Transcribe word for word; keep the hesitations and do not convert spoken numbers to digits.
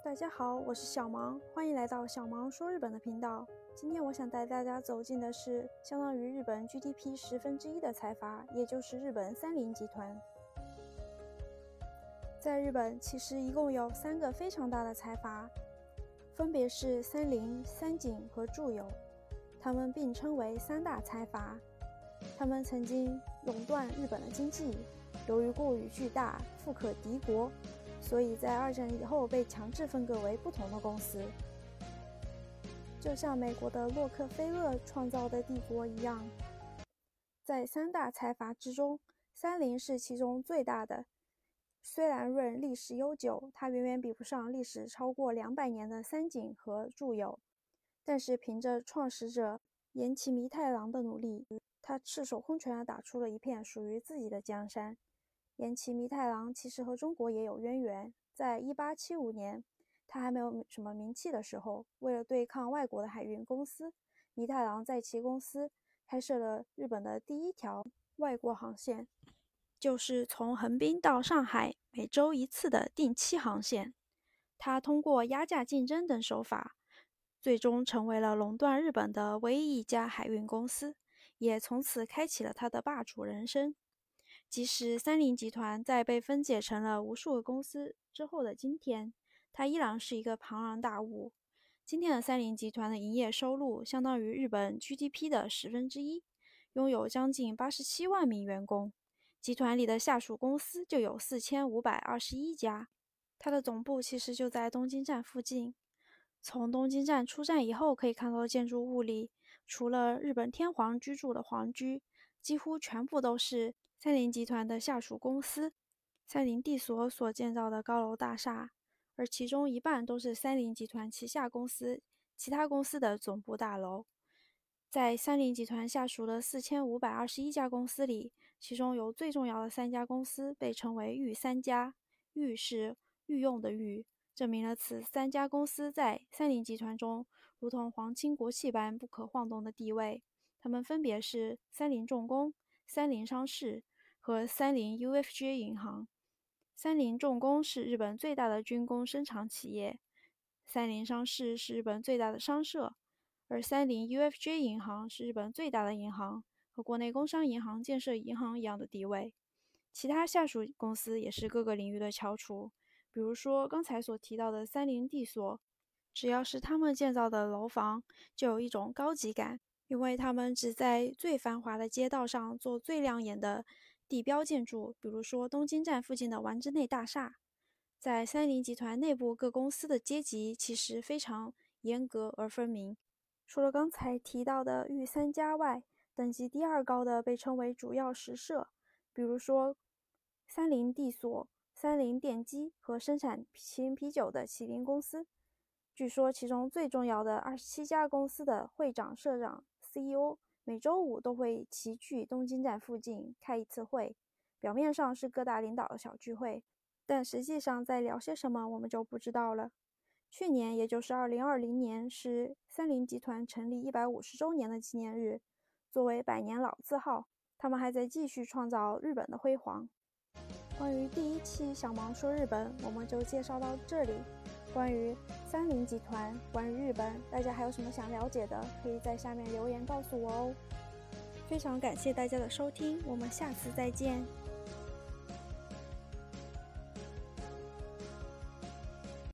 大家好，我是小芒，欢迎来到小芒说日本的频道。今天我想带大家走进的是相当于日本 G D P 十分之一的财阀，也就是日本三菱集团。在日本，其实一共有三个非常大的财阀，分别是三菱、三井和住友，他们并称为三大财阀。他们曾经垄断日本的经济，由于过于巨大，富可敌国，所以在二战以后被强制分割为不同的公司。就像美国的洛克菲勒创造的帝国一样，在三大财阀之中，三菱是其中最大的。虽然论历史悠久，它远远比不上历史超过两百年的三井和住友，但是凭着创始者岩崎弥太郎的努力，他赤手空拳地打出了一片属于自己的江山。岩崎弥太郎其实和中国也有渊源，在一八七五年，他还没有什么名气的时候，为了对抗外国的海运公司，弥太郎在其公司开设了日本的第一条外国航线，就是从横滨到上海每周一次的定期航线。他通过压价竞争等手法，最终成为了垄断日本的唯一一家海运公司，也从此开启了他的霸主人生。即使三菱集团在被分解成了无数个公司之后的今天，它依然是一个庞然大物。今天的三菱集团的营业收入相当于日本 G D P 的十分之一，拥有将近八十七万名员工。集团里的下属公司就有四千五百二十一家。它的总部其实就在东京站附近。从东京站出站以后可以看到的建筑物里，除了日本天皇居住的皇居，几乎全部都是三菱集团的下属公司三菱地所所建造的高楼大厦，而其中一半都是三菱集团旗下公司其他公司的总部大楼。在三菱集团下属的四千五百二十一家公司里，其中有最重要的三家公司被称为御三家。御是御用的御，证明了此三家公司在三菱集团中如同皇亲国戚般不可晃动的地位。它们分别是三菱重工、三菱商事和三菱 U F J 银行。三菱重工是日本最大的军工生产企业，三菱商事是日本最大的商社，而三菱 U F J 银行是日本最大的银行，和国内工商银行、建设银行一样的地位。其他下属公司也是各个领域的翘楚，比如说刚才所提到的三菱地所，只要是他们建造的楼房，就有一种高级感，因为他们只在最繁华的街道上做最亮眼的地标建筑，比如说东京站附近的丸之内大厦。在三菱集团内部各公司的阶级其实非常严格而分明，除了刚才提到的御三家外，等级第二高的被称为主要实社，比如说三菱地所、三菱电机和生产麒麟啤酒的麒麟公司。据说其中最重要的二十七家公司的会长、社长、C E O 每周五都会齐聚东京站附近开一次会，表面上是各大领导的小聚会，但实际上在聊些什么我们就不知道了。去年也就是二零二零年是三菱集团成立一百五十周年的纪念日，作为百年老字号，他们还在继续创造日本的辉煌。关于第一期小芒说日本我们就介绍到这里。关于三菱集团，关于日本，大家还有什么想了解的，可以在下面留言告诉我哦。非常感谢大家的收听，我们下次再见。